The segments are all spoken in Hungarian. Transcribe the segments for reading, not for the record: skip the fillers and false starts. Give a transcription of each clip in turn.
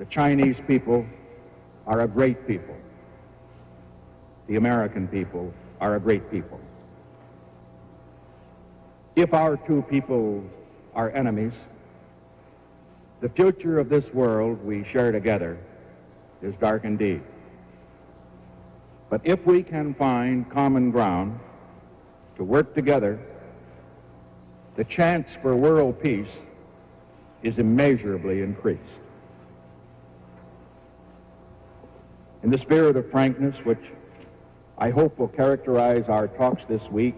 The Chinese people are a great people. The American people are a great people. If our two peoples are enemies, the future of this world we share together is dark indeed. But if we can find common ground to work together, the chance for world peace is immeasurably increased. In the spirit of frankness, which I hope will characterize our talks this week,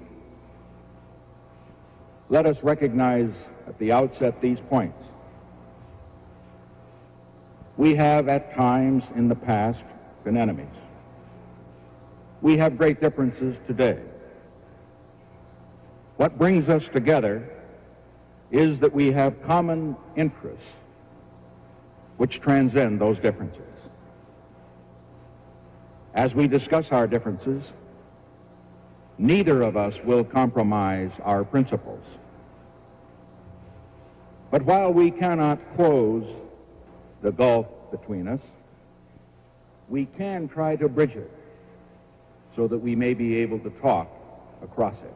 let us recognize at the outset these points. We have at times in the past been enemies. We have great differences today. What brings us together is that we have common interests which transcend those differences. As we discuss our differences, neither of us will compromise our principles. But while we cannot close the gulf between us, we can try to bridge it so that we may be able to talk across it.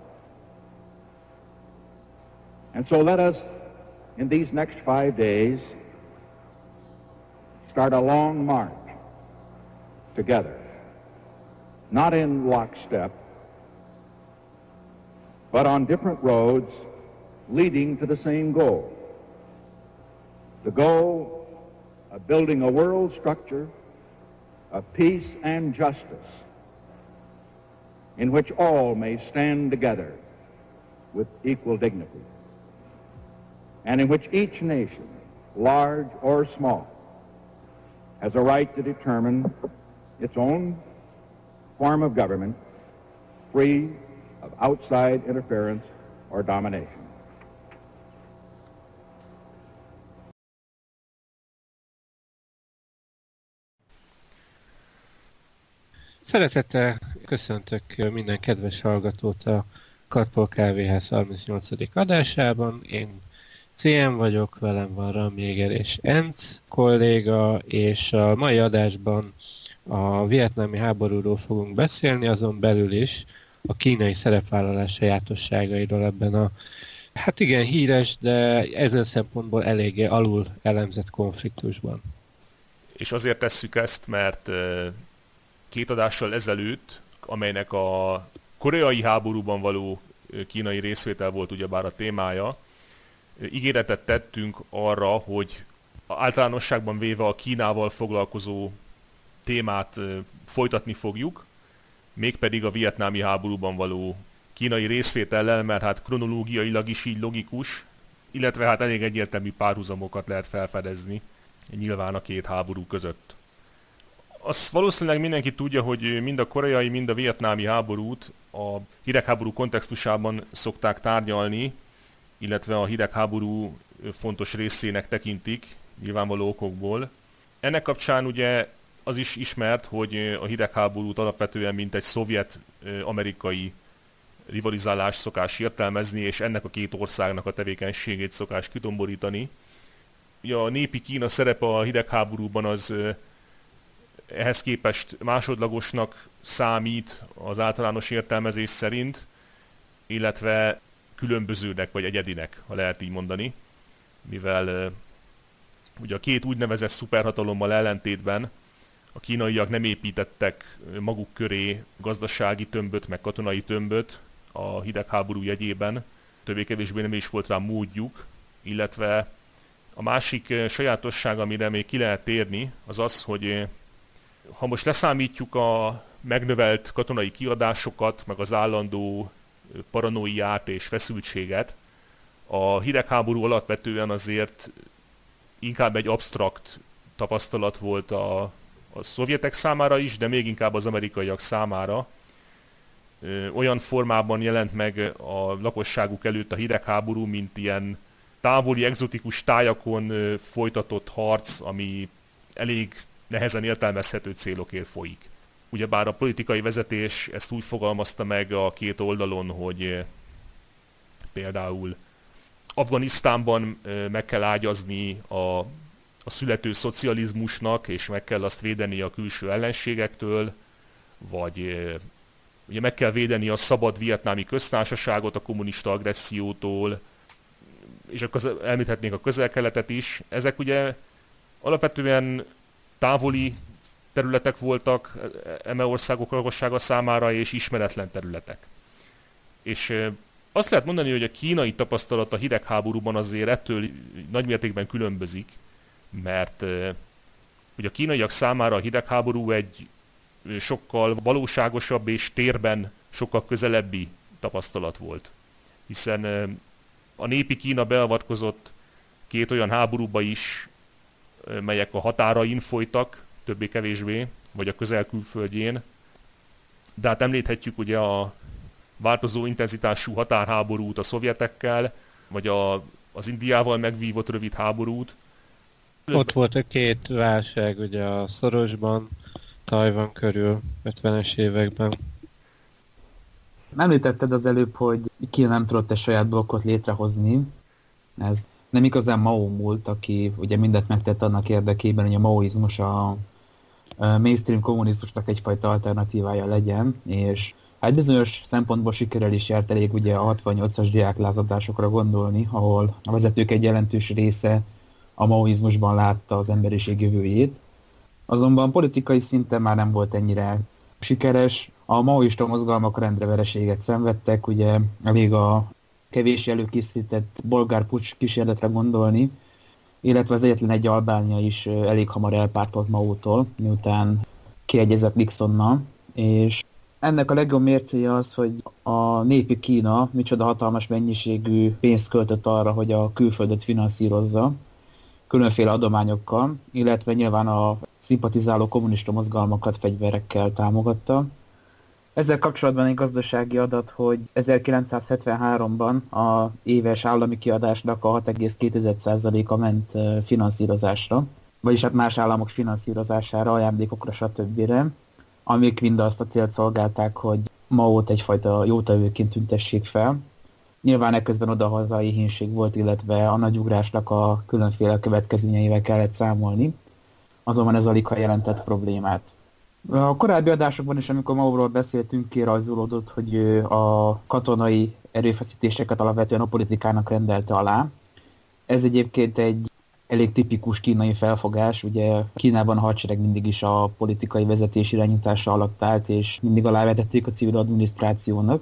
And so let us, in these next 5 days, start a long march together, not in lockstep, but on different roads leading to the same goal. The goal of building a world structure of peace and justice in which all may stand together with equal dignity, and in which each nation, large or small, has a right to determine its own form of government, free of outside interference or domination. Szeretettel köszöntök minden kedves hallgatót a Katpol Kávéház 38. adásában. Én CM vagyok, velem van Ramjéger és Enc kolléga, és a mai adásban a vietnámi háborúról fogunk beszélni, azon belül is a kínai szerepvállalás sajátosságairól ebben a, hát igen, híres, de ezen szempontból eléggé alul elemzett konfliktusban. És azért tesszük ezt, mert 2 adással ezelőtt, amelynek a koreai háborúban való kínai részvétel volt ugyebár a témája, ígéretet tettünk arra, hogy általánosságban véve a Kínával foglalkozó témát folytatni fogjuk, mégpedig a vietnámi háborúban való kínai részvétellel, mert hát kronológiailag is így logikus, illetve hát elég egyértelmű párhuzamokat lehet felfedezni nyilván a 2 háború között. Azt valószínűleg mindenki tudja, hogy mind a koreai, mind a vietnámi háborút a hidegháború kontextusában szokták tárgyalni, illetve a hidegháború fontos részének tekintik, nyilvánvaló okokból. Ennek kapcsán ugye az is ismert, hogy a hidegháborút alapvetően mint egy szovjet-amerikai rivalizálás szokás értelmezni, és ennek a 2 országnak a tevékenységét szokás kidomborítani. A népi Kína szerepe a hidegháborúban az ehhez képest másodlagosnak számít az általános értelmezés szerint, illetve különbözőnek vagy egyedinek, ha lehet így mondani, mivel ugye a 2 úgynevezett szuperhatalommal ellentétben a kínaiak nem építettek maguk köré gazdasági tömböt, meg katonai tömböt a hidegháború jegyében, többé-kevésbé nem is volt rá módjuk, illetve a másik sajátosság, amire még ki lehet térni, az az, hogy ha most leszámítjuk a megnövelt katonai kiadásokat, meg az állandó paranoiát és feszültséget, a hidegháború alapvetően azért inkább egy absztrakt tapasztalat volt a szovjetek számára is, de még inkább az amerikaiak számára. Olyan formában jelent meg a lakosságuk előtt a hidegháború, mint ilyen távoli, egzotikus tájakon folytatott harc, ami elég nehezen értelmezhető célokért folyik. Ugyebár a politikai vezetés ezt úgy fogalmazta meg a 2 oldalon, hogy például Afganisztánban meg kell ágyazni a a születő szocializmusnak, és meg kell azt védeni a külső ellenségektől, vagy ugye meg kell védeni a szabad vietnámi köztársaságot a kommunista agressziótól, és említhetnénk a Közel-Keletet is. Ezek ugye alapvetően távoli területek voltak eme országok lakossága számára, és ismeretlen területek. És azt lehet mondani, hogy a kínai tapasztalat a hidegháborúban azért ettől nagymértékben különbözik, mert ugye a kínaiak számára a hidegháború egy sokkal valóságosabb és térben sokkal közelebbi tapasztalat volt. Hiszen a népi Kína beavatkozott két olyan háborúba is, melyek a határain folytak, többé-kevésbé, vagy a közel-külföldjén. De hát említhetjük ugye a változó intenzitású határháborút a szovjetekkel, vagy az Indiával megvívott rövid háborút. Ott volt a két válság, ugye a Szorosban, Tajvan körül, 50-es években. Említetted az előbb, hogy Kína nem tudott egy saját blokkot létrehozni. Ez nem igazán Mao múlt, aki ugye mindent megtett annak érdekében, hogy a maoizmus a mainstream kommunizmusnak egyfajta alternatívája legyen, és hát bizonyos szempontból sikerrel is járt, elég ugye a 68-as diáklázadásokra gondolni, ahol a vezetők egy jelentős része a maoizmusban látta az emberiség jövőjét. Azonban politikai szinten már nem volt ennyire sikeres. A maoista mozgalmak rendre vereséget szenvedtek, ugye elég a kevés előkészített bolgár puccs kísérletre gondolni, illetve az egyetlen egy Albánia is elég hamar elpártolt Maótól, miután kiegyezett Nixonnal, és ennek a legjobb mércéje az, hogy a népi Kína micsoda hatalmas mennyiségű pénzt költött arra, hogy a külföldet finanszírozza, különféle adományokkal, illetve nyilván a szimpatizáló kommunista mozgalmakat fegyverekkel támogatta. Ezzel kapcsolatban egy gazdasági adat, hogy 1973-ban a éves állami kiadásnak a 6,2%-a ment finanszírozásra, vagyis hát más államok finanszírozására, ajándékokra, stb., amik mind azt a célt szolgálták, hogy Maót egyfajta jótevőként tüntessék fel. Nyilván ekközben odahaza éhínség volt, illetve a nagyugrásnak a különféle következményeivel kellett számolni, azonban ez alig jelentett problémát. A korábbi adásokban is, amikor Maóról beszéltünk, kirajzolódott, hogy ő a katonai erőfeszítéseket alapvetően a politikának rendelte alá. Ez egyébként egy elég tipikus kínai felfogás, ugye Kínában a hadsereg mindig is a politikai vezetés irányítása alatt állt, és mindig alávetették a civil adminisztrációnak,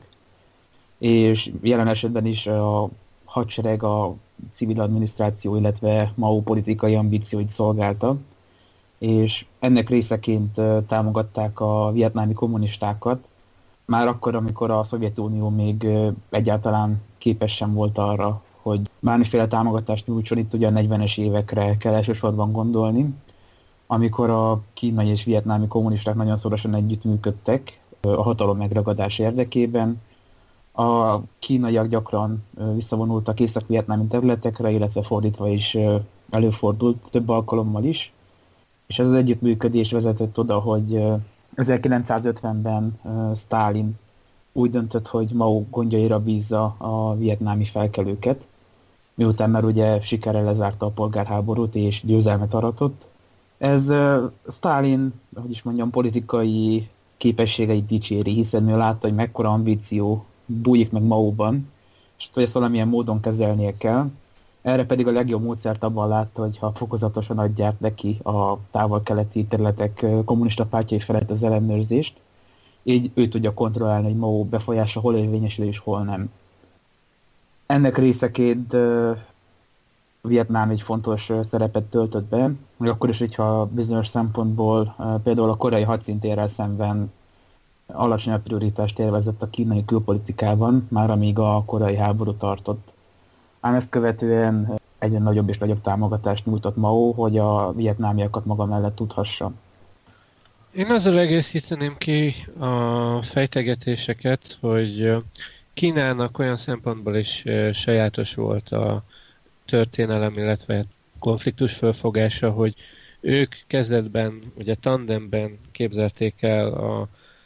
és jelen esetben is a hadsereg a civil adminisztráció, illetve Mao politikai ambícióit szolgálta, és ennek részeként támogatták a vietnámi kommunistákat, már akkor, amikor a Szovjetunió még egyáltalán képes sem volt arra, hogy bármiféle támogatást nyújtson. Itt ugye a 40-es évekre kell elsősorban gondolni, amikor a kínai és vietnámi kommunisták nagyon szorosan együttműködtek a hatalom megragadás érdekében. A kínaiak gyakran visszavonultak észak-vietnámi területekre, illetve fordítva is előfordult több alkalommal is. És ez az együttműködés vezetett oda, hogy 1950-ben Sztálin úgy döntött, hogy Mao gondjaira bízza a vietnámi felkelőket, miután már ugye sikerrel lezárta a polgárháborút és győzelmet aratott. Ez Sztálin, hogy is mondjam, politikai képességeit dicséri, hiszen ő látta, hogy mekkora ambíció bújik meg Maóban, és hogy ezt valamilyen módon kezelnie kell. Erre pedig a legjobb módszert abban látta, hogy ha fokozatosan adják neki a távol-keleti területek kommunista pártjai felett az ellenőrzést, így ő tudja kontrollálni, hogy Mao befolyása hol érvényesül és hol nem. Ennek részeként Vietnám egy fontos szerepet töltött be, hogy akkor is, hogyha bizonyos szempontból például a koreai hadszintérrel szemben alacsonyabb prioritást élvezett a kínai külpolitikában, már amíg a koreai háború tartott. Ám ezt követően egyre nagyobb és nagyobb támogatást nyújtott Mao, hogy a vietnámiakat maga mellett tudhassa. Én azzal egészíteném ki a fejtegetéseket, hogy Kínának olyan szempontból is sajátos volt a történelem, illetve konfliktus fölfogása, hogy ők kezdetben, ugye tandemben képzelték el a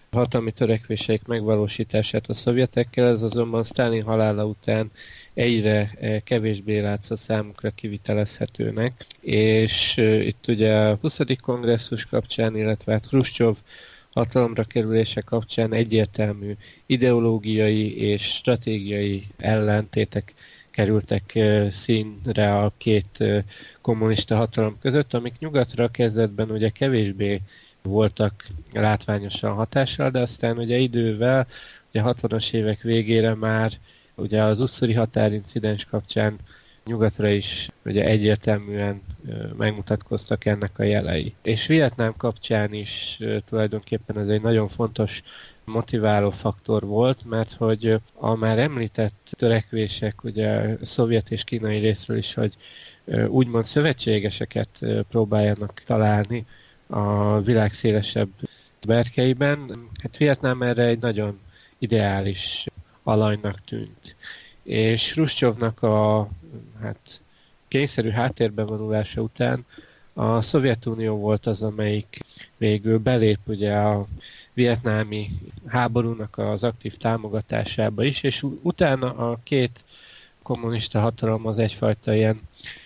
hatalmi törekvéseik megvalósítását a szovjetekkel, ez azonban Sztálin halála után egyre kevésbé látszott számukra kivitelezhetőnek, és itt ugye a 20. kongresszus kapcsán, illetve hát Hruscsov hatalomra kerülése kapcsán egyértelmű ideológiai és stratégiai ellentétek kerültek színre a két kommunista hatalom között, amik nyugatra kezdetben ugye kevésbé voltak látványosan hatással, de aztán ugye idővel, ugye 60-as évek végére már ugye az usszuri határincidens kapcsán nyugatra is ugye egyértelműen megmutatkoztak ennek a jelei. És Vietnám kapcsán is tulajdonképpen ez egy nagyon fontos motiváló faktor volt, mert hogy a már említett törekvések, ugye szovjet és kínai részről is, hogy úgymond szövetségeseket próbáljanak találni a világ szélesebb berkeiben. Hát Vietnám erre egy nagyon ideális alanynak tűnt. És Hruscsovnak a kényszerű háttérbe vonulása után a Szovjetunió volt az, amelyik végül belép ugye a vietnámi háborúnak az aktív támogatásába is, és utána a két kommunista hatalom az egyfajta ilyen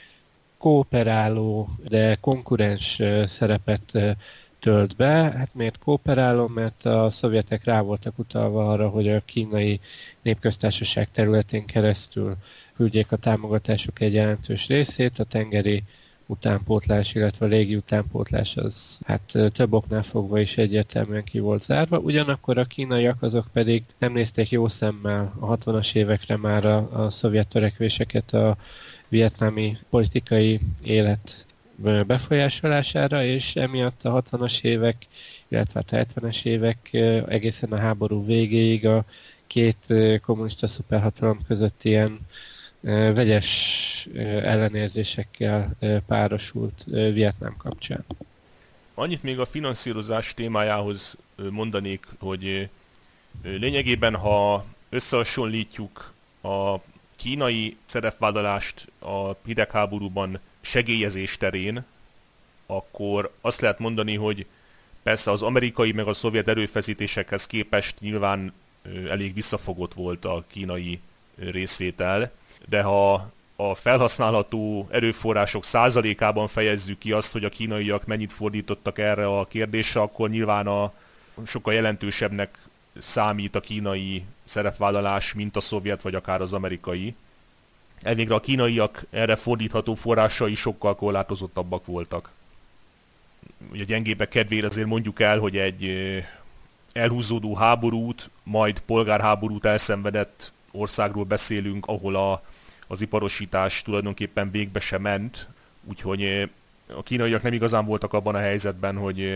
kooperáló, de konkurens szerepet tölt be. Hát miért kooperáló? Mert a szovjetek rá voltak utalva arra, hogy a kínai népköztársaság területén keresztül küldjék a támogatások egy jelentős részét, a tengeri utánpótlás, illetve a légi utánpótlás az több oknál fogva is egyértelműen ki volt zárva. Ugyanakkor a kínaiak azok pedig nem nézték jó szemmel a 60-as évekre már a szovjet törekvéseket a vietnámi politikai élet befolyásolására, és emiatt a 60-as évek, illetve a 70-es évek egészen a háború végéig a két kommunista szuperhatalom között ilyen vegyes ellenérzésekkel párosult Vietnám kapcsán. Annyit még a finanszírozás témájához mondanék, hogy lényegében, ha összehasonlítjuk a kínai szerepvállalást a hidegháborúban segélyezés terén, akkor azt lehet mondani, hogy persze az amerikai meg a szovjet erőfeszítésekhez képest nyilván elég visszafogott volt a kínai részvétel, de ha a felhasználható erőforrások százalékában fejezzük ki azt, hogy a kínaiak mennyit fordítottak erre a kérdésre, akkor nyilván a sokkal jelentősebbnek számít a kínai szerepvállalás, mint a szovjet vagy akár az amerikai. Elvégre a kínaiak erre fordítható forrásai sokkal korlátozottabbak voltak. Ugye gyengébbek kedvére azért mondjuk el, hogy egy elhúzódó háborút, majd polgárháborút elszenvedett országról beszélünk, ahol az iparosítás tulajdonképpen végbe sem ment, úgyhogy a kínaiak nem igazán voltak abban a helyzetben, hogy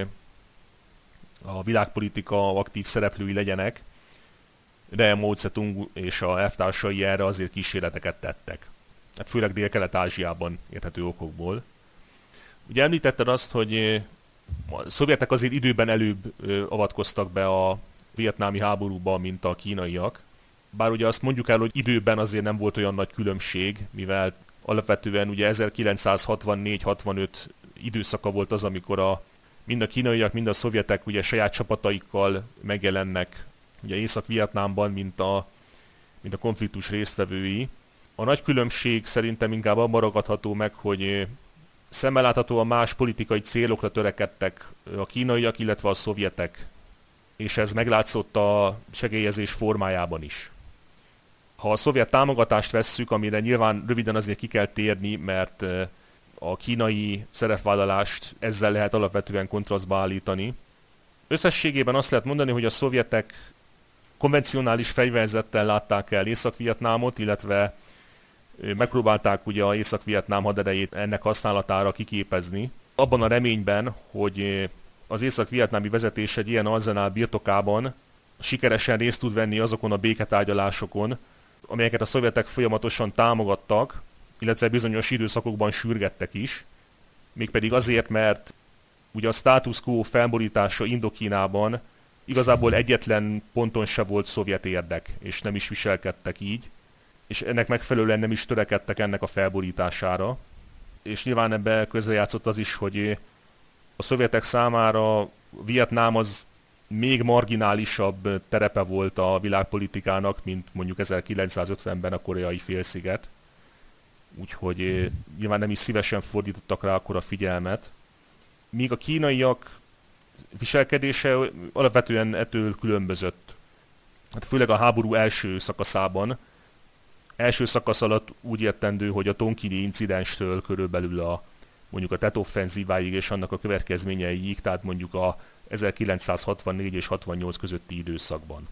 a világpolitika aktív szereplői legyenek, de Mao Zedong és a elvtársai erre azért kísérleteket tettek. Hát főleg Dél-Kelet-Ázsiában érthető okokból. Ugye említetted azt, hogy a szovjetek azért időben előbb avatkoztak be a vietnámi háborúba, mint a kínaiak. Bár ugye azt mondjuk el, hogy időben azért nem volt olyan nagy különbség, mivel alapvetően ugye 1964-65 időszaka volt az, amikor mind a kínaiak, mind a szovjetek ugye saját csapataikkal megjelennek ugye Észak-Vietnámban, mint a konfliktus résztvevői. A nagy különbség szerintem inkább abban ragadható meg, hogy szemmel láthatóan más politikai célokra törekedtek a kínaiak, illetve a szovjetek, és ez meglátszott a segélyezés formájában is. Ha a szovjet támogatást vesszük, amire nyilván röviden azért ki kell térni, mert a kínai szerepvállalást ezzel lehet alapvetően kontrasztba állítani. Összességében azt lehet mondani, hogy a szovjetek konvencionális fegyverzettel látták el Észak-Vietnámot, illetve megpróbálták ugye a Észak-Vietnám haderejét ennek használatára kiképezni. Abban a reményben, hogy az észak-vietnámi vezetés egy ilyen arzenál birtokában sikeresen részt tud venni azokon a béketárgyalásokon, amelyeket a szovjetek folyamatosan támogattak, illetve bizonyos időszakokban sürgettek is. Mégpedig azért, mert ugye a status quo felborítása Indokínában igazából egyetlen ponton se volt szovjet érdek, és nem is viselkedtek így, és ennek megfelelően nem is törekedtek ennek a felborítására. És nyilván ebbe közrejátszott az is, hogy a szovjetek számára Vietnám az még marginálisabb terepe volt a világpolitikának, mint mondjuk 1950-ben a koreai félsziget. Úgyhogy nyilván nem is szívesen fordítottak rá akkor a figyelmet. Míg a kínaiak viselkedése alapvetően ettől különbözött. Hát főleg a háború első szakaszában. Első szakasz alatt úgy értendő, hogy a tonkini incidenstől körülbelül mondjuk a Tet offenzíváig és annak a következményeiig, tehát mondjuk a 1964 és 68 közötti időszakban.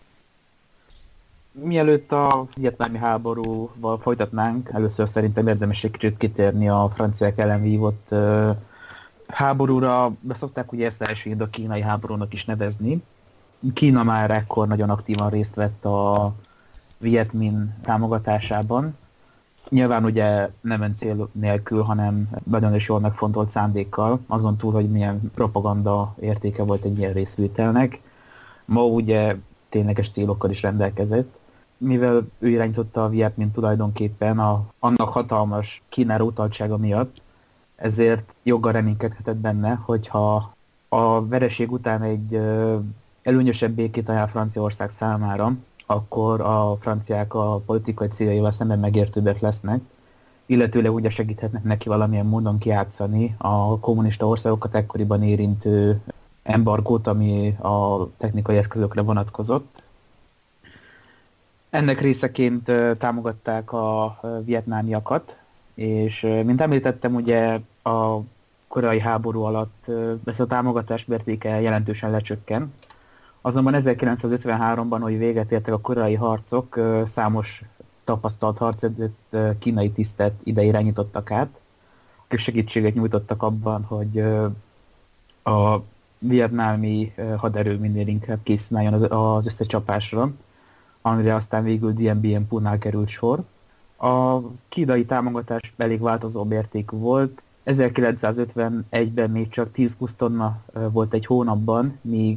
Mielőtt a vietnámi háborúval folytatnánk, először szerintem érdemes egy kicsit kitérni a franciák ellen vívott háborúra. Be szokták ugye ezt első indokínai háborúnak is nevezni. Kína már ekkor nagyon aktívan részt vett a Viet Minh támogatásában. Nyilván ugye nem ön cél nélkül, hanem nagyon is jól megfontolt szándékkal, azon túl, hogy milyen propaganda értéke volt egy ilyen részvételnek. Ma ugye tényleges célokkal is rendelkezett. Mivel ő irányította a Viet Minh tulajdonképpen annak hatalmas Kínára utaltsága miatt, ezért joggal reménykedhetett benne, hogyha a vereség után egy előnyösebb békét ajánl Franciaország számára, akkor a franciák a politikai céljaival szemben megértőbbek lesznek, illetőleg ugye segíthetnek neki valamilyen módon kijátszani a kommunista országokat ekkoriban érintő embargót, ami a technikai eszközökre vonatkozott. Ennek részeként támogatták a vietnámiakat, és mint említettem, ugye a koreai háború alatt ezt a támogatás mértéke jelentősen lecsökken. Azonban 1953-ban, hogy véget értek a koreai harcok, számos tapasztalt harcedzett kínai tisztet ide irányítottak át, akik segítséget nyújtottak abban, hogy a vietnámi haderő minél inkább készen álljon az összecsapásra, amire aztán végül Dien Bien Phu-nál került sor. A kínai támogatás elég változó mértékű volt. 1951-ben még csak 10-20 tonna volt egy hónapban, míg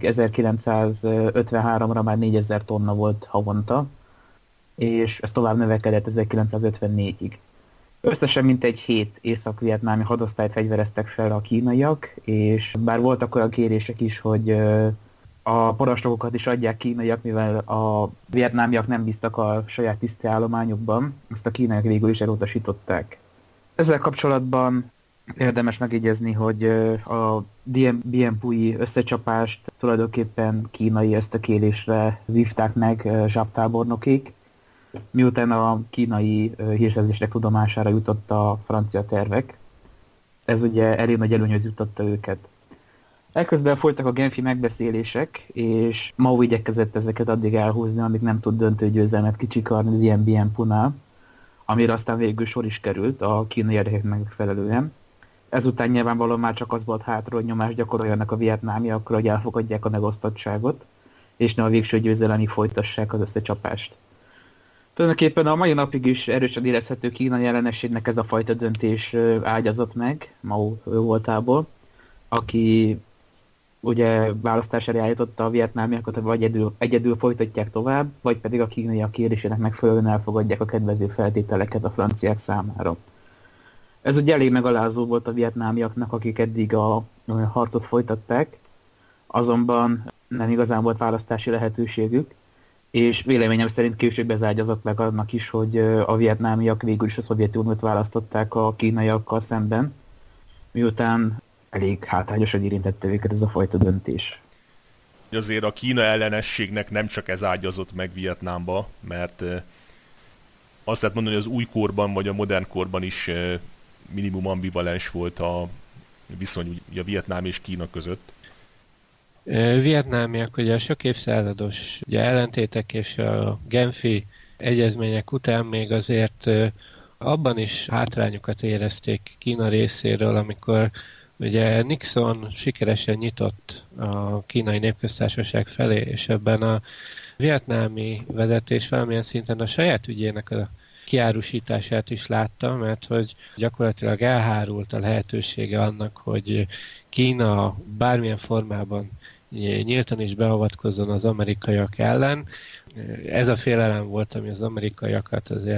1953-ra már 4000 tonna volt havonta, és ez tovább növekedett 1954-ig. Összesen mintegy 7 észak-vietnámi hadosztályt fegyvereztek fel a kínaiak, és bár voltak olyan kérések is, hogy a parancsnokokat is adják kínaiak, mivel a vietnámiak nem bíztak a saját tisztiállományukban, ezt a kínaiak végül is elutasították. Ezzel kapcsolatban érdemes megjegyezni, hogy a Dien Bien Phu-i összecsapást tulajdonképpen kínai ösztökélésre vívták meg zsáptábornokik, miután a kínai hírszerzések tudomására jutott a francia tervek. Ez ugye elég nagy előnyhöz jutotta őket. Eközben folytak a genfi megbeszélések, és Mao igyekezett ezeket addig elhúzni, amíg nem tud döntő győzelmet kicsikarni Dien Bien Phu-nál, amire aztán végül sor is került a kínai érdekeknek megfelelően. Ezután nyilvánvalóan már csak az volt hátra, hogy nyomást gyakoroljanak a vietnámiakra, hogy elfogadják a megosztottságot, és ne a végső győzelemig folytassák az összecsapást. Tulajdonképpen a mai napig is erősen érezhető kínai ellenességnek ez a fajta döntés ágyazott meg Mao voltából, aki ugye választásra állította a vietnámiakat, hogy vagy egyedül folytatják tovább, vagy pedig a kínaiak kérésének megfelelően elfogadják a kedvező feltételeket a franciák számára. Ez ugye elég megalázó volt a vietnámiaknak, akik eddig a harcot folytatták, azonban nem igazán volt választási lehetőségük, és véleményem szerint később ez ágyazott meg annak is, hogy a vietnámiak végül is a Szovjetuniót választották a kínaiakkal szemben, miután elég hátrányosan érintette őket ez a fajta döntés. Azért a Kína ellenességnek nem csak ez ágyazott meg Vietnámba, mert azt lehet mondani, hogy az új korban vagy a modern korban is minimum ambivalens volt a viszony a Vietnám és Kína között. Vietnámiak ugye a sok évszázados ellentétek és a genfi egyezmények után még azért abban is hátrányokat érezték Kína részéről, amikor ugye Nixon sikeresen nyitott a Kínai Népköztársaság felé, és ebben a vietnámi vezetés valamilyen szinten a saját ügyének a kiárusítását is látta, mert hogy gyakorlatilag elhárult a lehetősége annak, hogy Kína bármilyen formában nyíltan is beavatkozzon az amerikaiak ellen. Ez a félelem volt, ami az amerikaiakat azért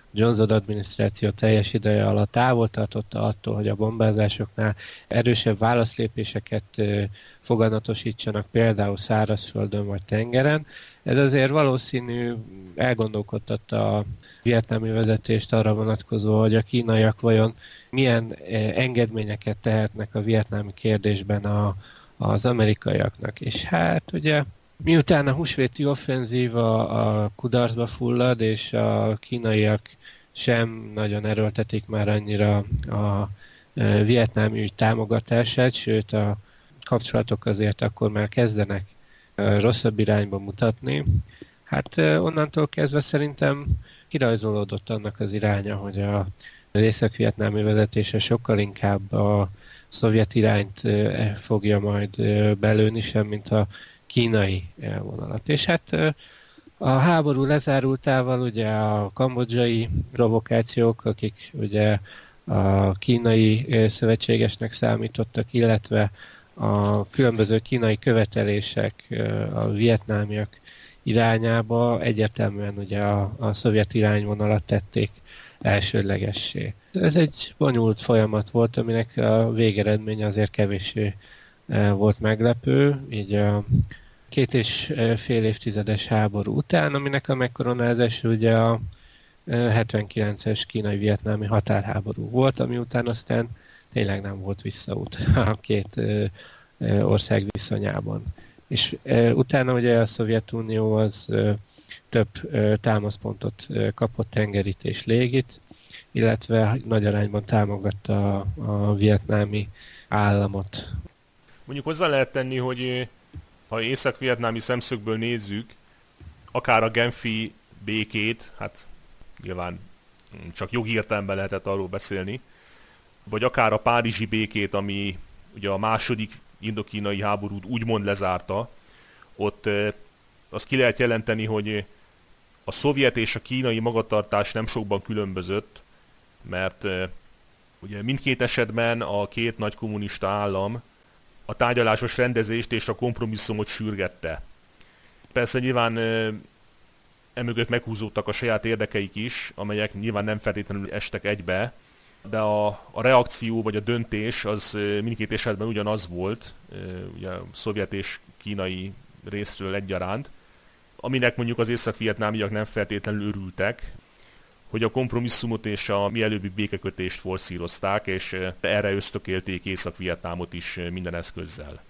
Johnson adminisztráció teljes ideje alatt távol tartotta attól, hogy a bombázásoknál erősebb válaszlépéseket foganatosítsanak például szárazföldön vagy tengeren. Ez azért valószínű elgondolkodtatta a vietnámi vezetést arra vonatkozó, hogy a kínaiak vajon milyen engedményeket tehetnek a vietnámi kérdésben az amerikaiaknak. És hát ugye miután a húsvéti offenzíva a kudarcba fullad, és a kínaiak sem nagyon erőltetik már annyira a vietnámi ügy támogatását, sőt a kapcsolatok azért akkor már kezdenek rosszabb irányba mutatni. Hát onnantól kezdve szerintem kirajzolódott annak az iránya, hogy az észak-vietnámi vezetése sokkal inkább a szovjet irányt fogja majd belőni, sem mint a kínai elvonalat. És hát a háború lezárultával ugye a kambodzsai provokációk, akik ugye a kínai szövetségesnek számítottak, illetve a különböző kínai követelések a vietnámiak irányába egyértelműen ugye a szovjet irányvonalat tették elsődlegessé. Ez egy bonyolult folyamat volt, aminek a végeredménye azért kevéssé volt meglepő, így a 2,5 évtizedes háború után, aminek a megkoronázása ugye a 79-es kínai-vietnámi határháború volt, ami után aztán tényleg nem volt visszaút a két ország viszonyában. És utána ugye a Szovjetunió az több támaszpontot kapott, tengerit és légit, illetve nagy arányban támogatta a vietnámi államot. Mondjuk hozzá lehet tenni, hogy ha észak-vietnámi szemszögből nézzük, akár a genfi békét, hát nyilván csak jogi értelemben lehetett arról beszélni, vagy akár a párizsi békét, ami ugye a második indokínai háborút úgymond lezárta, ott azt ki lehet jelenteni, hogy a szovjet és a kínai magatartás nem sokban különbözött, mert ugye mindkét esetben a két nagy kommunista állam a tárgyalásos rendezést és a kompromisszumot sürgette. Persze nyilván emögött meghúzódtak a saját érdekeik is, amelyek nyilván nem feltétlenül estek egybe, de a reakció vagy a döntés az mindkét esetben ugyanaz volt, ugye a szovjet és kínai részről egyaránt, aminek mondjuk az észak-vietnámiak nem feltétlenül örültek, hogy a kompromisszumot és a mielőbbi békekötést forszírozták, és erre ösztökélték Észak-Vietnámot is minden eszközzel.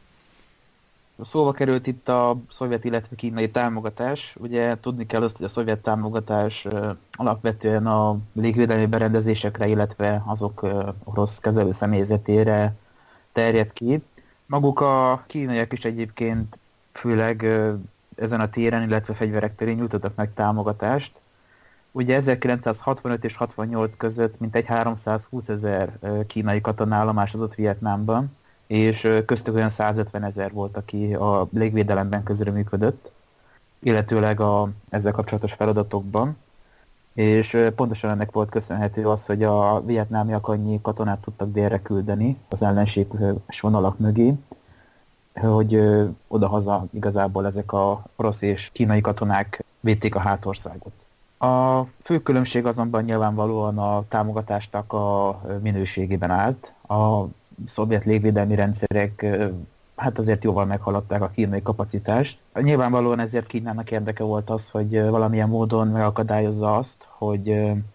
Szóba került itt a szovjet, illetve kínai támogatás. Ugye tudni kell azt, hogy a szovjet támogatás alapvetően a légvédelmi berendezésekre, illetve azok orosz kezelő személyzetére terjed ki. Maguk a kínaiak is egyébként főleg ezen a téren, illetve fegyverek terén nyújtottak meg támogatást. Ugye 1965 és 68 között mintegy 320 000 kínai katona állomásozott Vietnámban, és köztük olyan 150 000 volt, aki a légvédelemben közreműködött, illetőleg ezzel kapcsolatos feladatokban. És pontosan ennek volt köszönhető az, hogy a vietnámiak annyi katonát tudtak délre küldeni az ellenséges vonalak mögé, hogy odahaza igazából ezek a orosz és kínai katonák védték a hátországot. A fő különbség azonban nyilvánvalóan a támogatásnak a minőségében állt. A szovjet légvédelmi rendszerek hát azért jóval meghaladták a kínai kapacitást. Nyilvánvalóan ezért Kínának érdeke volt az, hogy valamilyen módon megakadályozza azt, hogy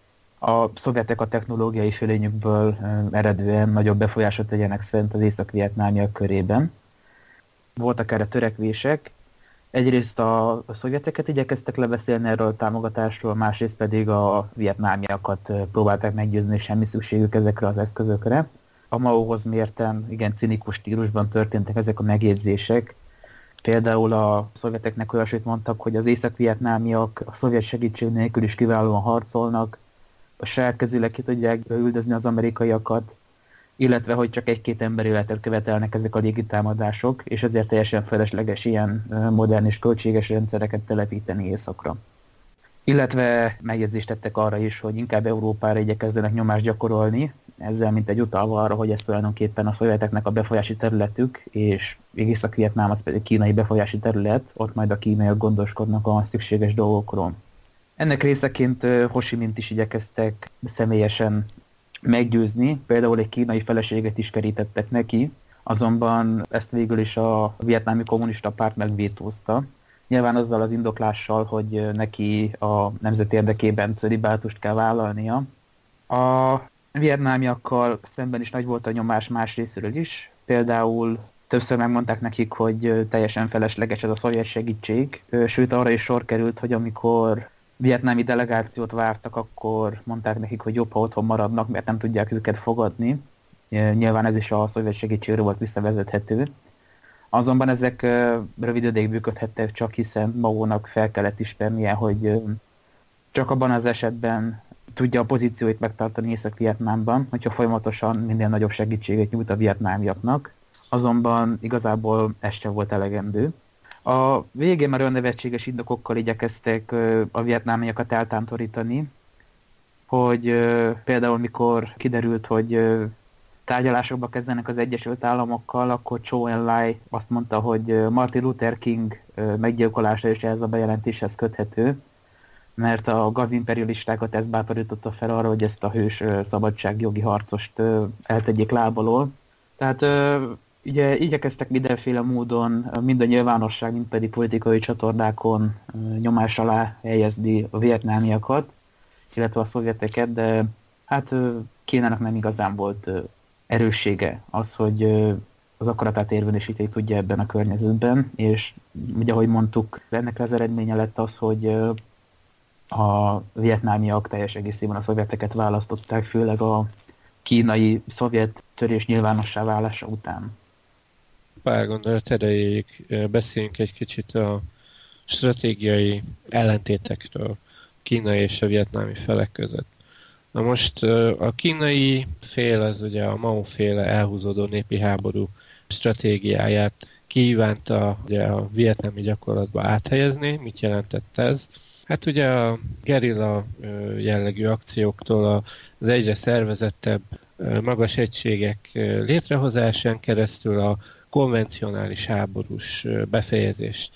a szovjetek a technológiai fölényükből eredően nagyobb befolyásot tegyenek szent az észak-vietnámiak körében. Voltak erre törekvések. Egyrészt a szovjeteket igyekeztek lebeszélni erről a támogatásról, másrészt pedig a vietnámiakat próbálták meggyőzni, hogy semmi szükségük ezekre az eszközökre. A Maóhoz mérten igen cinikus stílusban történtek ezek a megjegyzések. Például a szovjeteknek olyasmit mondtak, hogy az észak-vietnámiak a szovjet segítség nélkül is kiválóan harcolnak, a saját kezüleg ki tudják üldözni az amerikaiakat, illetve hogy csak egy-két ember életet követelnek ezek a légitámadások, és ezért teljesen felesleges ilyen modern és költséges rendszereket telepíteni északra. Illetve megjegyzést tettek arra is, hogy inkább Európára igyekezzenek nyomást gyakorolni, ezzel mint egy utalva arra, hogy ez tulajdonképpen a szovjeteknek a befolyási területük, és Észak-Vietnám az pedig kínai befolyási terület, ott majd a kínaiak gondoskodnak a szükséges dolgokról. Ennek részeként Ho Chi Minh-t is igyekeztek személyesen meggyőzni, például egy kínai feleséget is kerítettek neki, azonban ezt végül is a vietnámi kommunista párt megvétózta. Nyilván azzal az indoklással, hogy neki a nemzet érdekében cölibátust kell vállalnia. A vietnámiakkal szemben is nagy volt a nyomás más részről is. Például többször megmondták nekik, hogy teljesen felesleges ez a szovjet segítség. Sőt, arra is sor került, hogy amikor vietnámi delegációt vártak, akkor mondták nekik, hogy jobb, ha otthon maradnak, mert nem tudják őket fogadni. Nyilván ez is a szovjet segítségről volt visszavezethető. Azonban ezek rövid ideig működhettek csak, hiszen Mao-nak fel kellett ismernie, hogy csak abban az esetben tudja a pozícióit megtartani Észak-Vietnámban, hogyha folyamatosan minél nagyobb segítséget nyújt a vietnámiaknak. Azonban igazából ez sem volt elegendő. A végén már olyan nevetséges indokokkal igyekeztek a vietnámiakat eltántorítani, hogy például mikor kiderült, hogy tárgyalásokba kezdenek az Egyesült Államokkal, akkor Zhou Enlai azt mondta, hogy Martin Luther King meggyilkolása is ehhez a bejelentéshez köthető, mert a gazimperialistákat ez bátorította fel arra, hogy ezt a hős szabadságjogi harcost eltegyék lábalól. Tehát ugye igyekeztek mindenféle módon, mind a nyilvánosság, mind pedig politikai csatornákon nyomás alá helyezni a vietnámiakat, illetve a szovjeteket, de hát Kínának nem igazán volt erőssége az, hogy az akaratát érvényesíteni tudja ebben a környezetben, és ugye ahogy mondtuk, ennek az eredménye lett az, hogy a vietnámiak teljes egészében a szovjeteket választották, főleg a kínai-szovjet törés nyilvánossá válása után. Pár gondolat erejéig beszéljünk egy kicsit a stratégiai ellentétekről kínai és a vietnámi felek között. Na most a kínai fél, az ugye a Mao-féle elhúzódó népi háború stratégiáját kívánta ugye a vietnámi gyakorlatba áthelyezni. Mit jelentett ez? Hát ugye a gerilla jellegű akcióktól az egyre szervezettebb magas egységek létrehozásán keresztül a konvencionális háborús befejezést.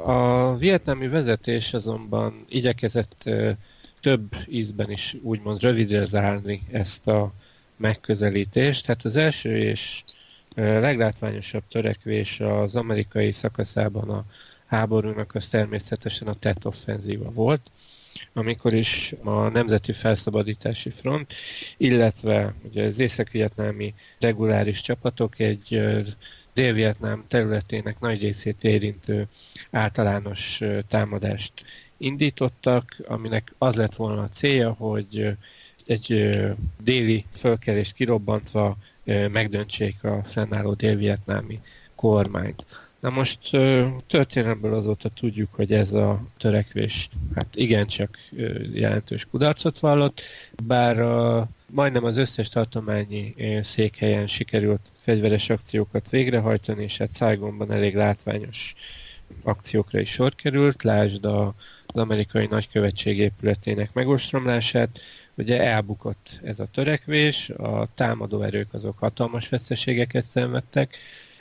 A vietnámi vezetés azonban igyekezett több ízben is úgymond rövidre zárni ezt a megközelítést. Tehát az első és leglátványosabb törekvés az amerikai szakaszában a háborúnak az természetesen a Tet offenzíva volt, amikor is a Nemzeti Felszabadítási Front, illetve ugye az észak-vietnámi reguláris csapatok egy Dél-Vietnám területének nagy részét érintő általános támadást indítottak, aminek az lett volna a célja, hogy egy déli fölkelést kirobbantva megdöntsék a fennálló dél-vietnámi kormányt. Na most történelemből azóta tudjuk, hogy ez a törekvés hát igencsak jelentős kudarcot vallott, bár majdnem az összes tartományi székhelyen sikerült fegyveres akciókat végrehajtani, és hát Saigonban elég látványos akciókra is sor került, lásd az amerikai nagykövetség épületének megostromlását. Ugye elbukott ez a törekvés, a támadó erők azok hatalmas veszteségeket szenvedtek,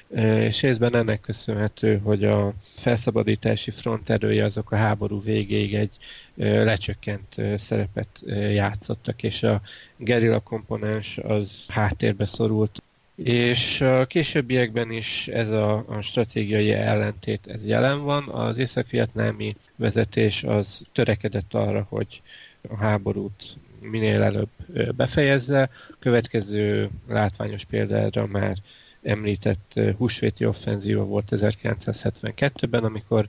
és részben ennek köszönhető, hogy a felszabadítási front erője azok a háború végéig egy lecsökkent szerepet játszottak, és a gerilla komponens az háttérbe szorult. És a későbbiekben is ez a stratégiai ellentét ez jelen van. Az észak-vietnámi vezetés az törekedett arra, hogy a háborút minél előbb befejezze. A következő látványos példára már említett húsvéti offenzíva volt 1972-ben, amikor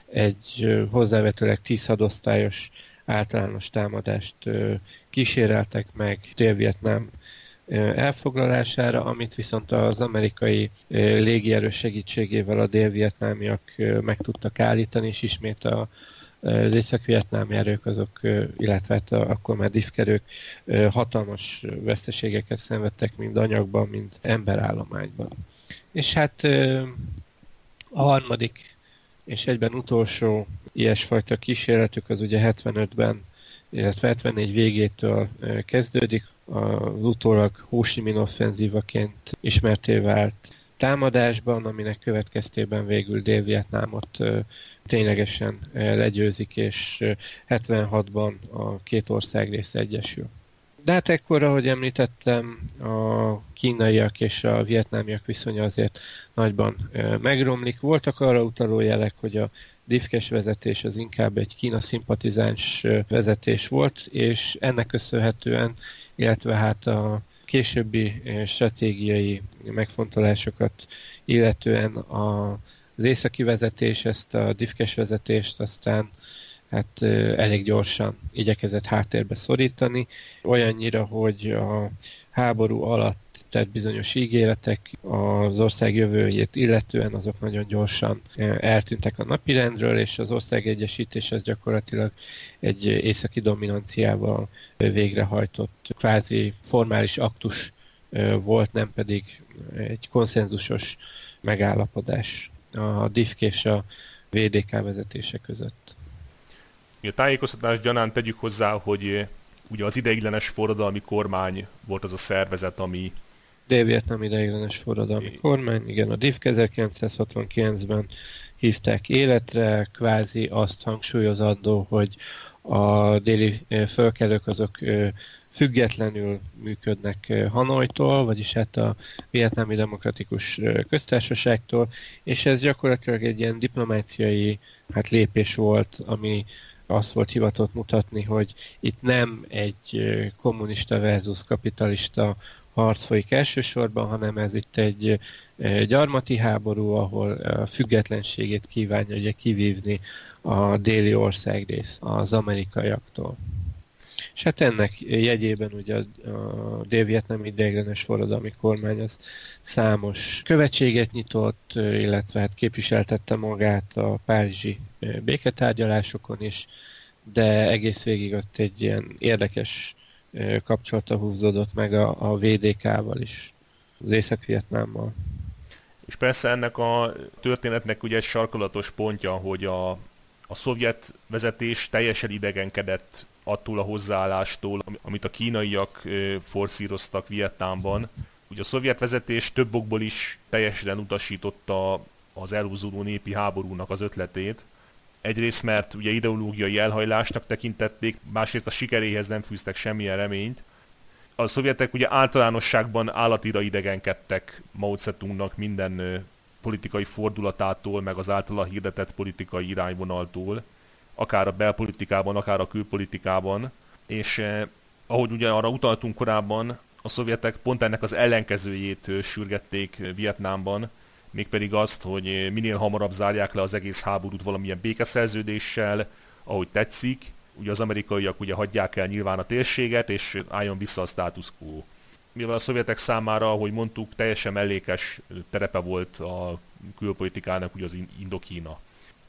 egy hozzávetőleg 10 hadosztályos általános támadást kíséreltek meg Dél-Vietnám elfoglalására, amit viszont az amerikai légierő segítségével a dél-vietnámiak meg tudtak állítani, és ismét az észak-vietnámi erők azok, illetve akkor már difkerők hatalmas veszteségeket szenvedtek mind anyagban, mind emberállományban. És hát a harmadik és egyben utolsó ilyesfajta kísérletük az ugye 75-ben, illetve 74 végétől kezdődik, az utólag Ho Chi Minh offenzívaként ismerté vált támadásban, aminek következtében végül Dél-Vietnámot ténylegesen legyőzik, és 76-ban a két ország része egyesül. De hát ekkor, ahogy említettem, a kínaiak és a vietnámiak viszonya azért nagyban megromlik. Voltak arra utaló jelek, hogy a DIFKES vezetés az inkább egy Kína szimpatizáns vezetés volt, és ennek köszönhetően, illetve hát a későbbi stratégiai megfontolásokat illetően az északi vezetés ezt a DIFKES vezetést aztán hát elég gyorsan igyekezett háttérbe szorítani, olyannyira, hogy a háború alatt tett bizonyos ígéretek az ország jövőjét illetően azok nagyon gyorsan eltűntek a napirendről, és az ország egyesítés az gyakorlatilag egy északi dominanciával végrehajtott kvázi formális aktus volt, nem pedig egy konszenzusos megállapodás a DIFK és a VDK vezetése között. A tájékoztatás gyanánt tegyük hozzá, hogy ugye az ideiglenes forradalmi kormány volt az a szervezet, ami... Dél-Vietnám ideiglenes forradalmi kormány, igen, a DIFK 1969-ben hívták életre, kvázi azt hangsúlyozandó, hogy a déli fölkelők azok függetlenül működnek Hanoitól, vagyis hát a Vietnámi Demokratikus Köztársaságtól, és ez gyakorlatilag egy ilyen diplomáciai lépés volt, ami azt volt hivatott mutatni, hogy itt nem egy kommunista versus kapitalista harc folyik elsősorban, hanem ez itt egy gyarmati háború, ahol a függetlenségét kívánja ugye kivívni a déli országrész az amerikaiaktól. És hát ennek jegyében ugye a dél-vietnámi ideiglenes forradalmi kormány az számos követséget nyitott, illetve hát képviseltette magát a párizsi béketárgyalásokon is, de egész végig ott egy ilyen érdekes kapcsolata húzódott meg a VDK-val is, az Észak-Vietnámmal. És persze ennek a történetnek ugye egy sarkalatos pontja, hogy a szovjet vezetés teljesen idegenkedett attól a hozzáállástól, amit a kínaiak forszíroztak Vietnámban. Ugye a szovjet vezetés több okból is teljesen utasította az elhúzódó népi háborúnak az ötletét. Egyrészt, mert ugye ideológiai elhajlásnak tekintették, másrészt a sikeréhez nem fűztek semmilyen reményt. A szovjetek ugye általánosságban állatira idegenkedtek Mao Tse-tungnak minden politikai fordulatától, meg az általa hirdetett politikai irányvonaltól, akár a belpolitikában, akár a külpolitikában, és ahogy ugye arra utaltunk korábban, a szovjetek pont ennek az ellenkezőjét sürgették Vietnámban, mégpedig azt, hogy minél hamarabb zárják le az egész háborút valamilyen békeszerződéssel, ahogy tetszik. Ugye az amerikaiak ugye hagyják el nyilván a térséget, és álljon vissza a status quo. Mivel a szovjetek számára, ahogy mondtuk, teljesen mellékes terepe volt a külpolitikának ugye az Indokína.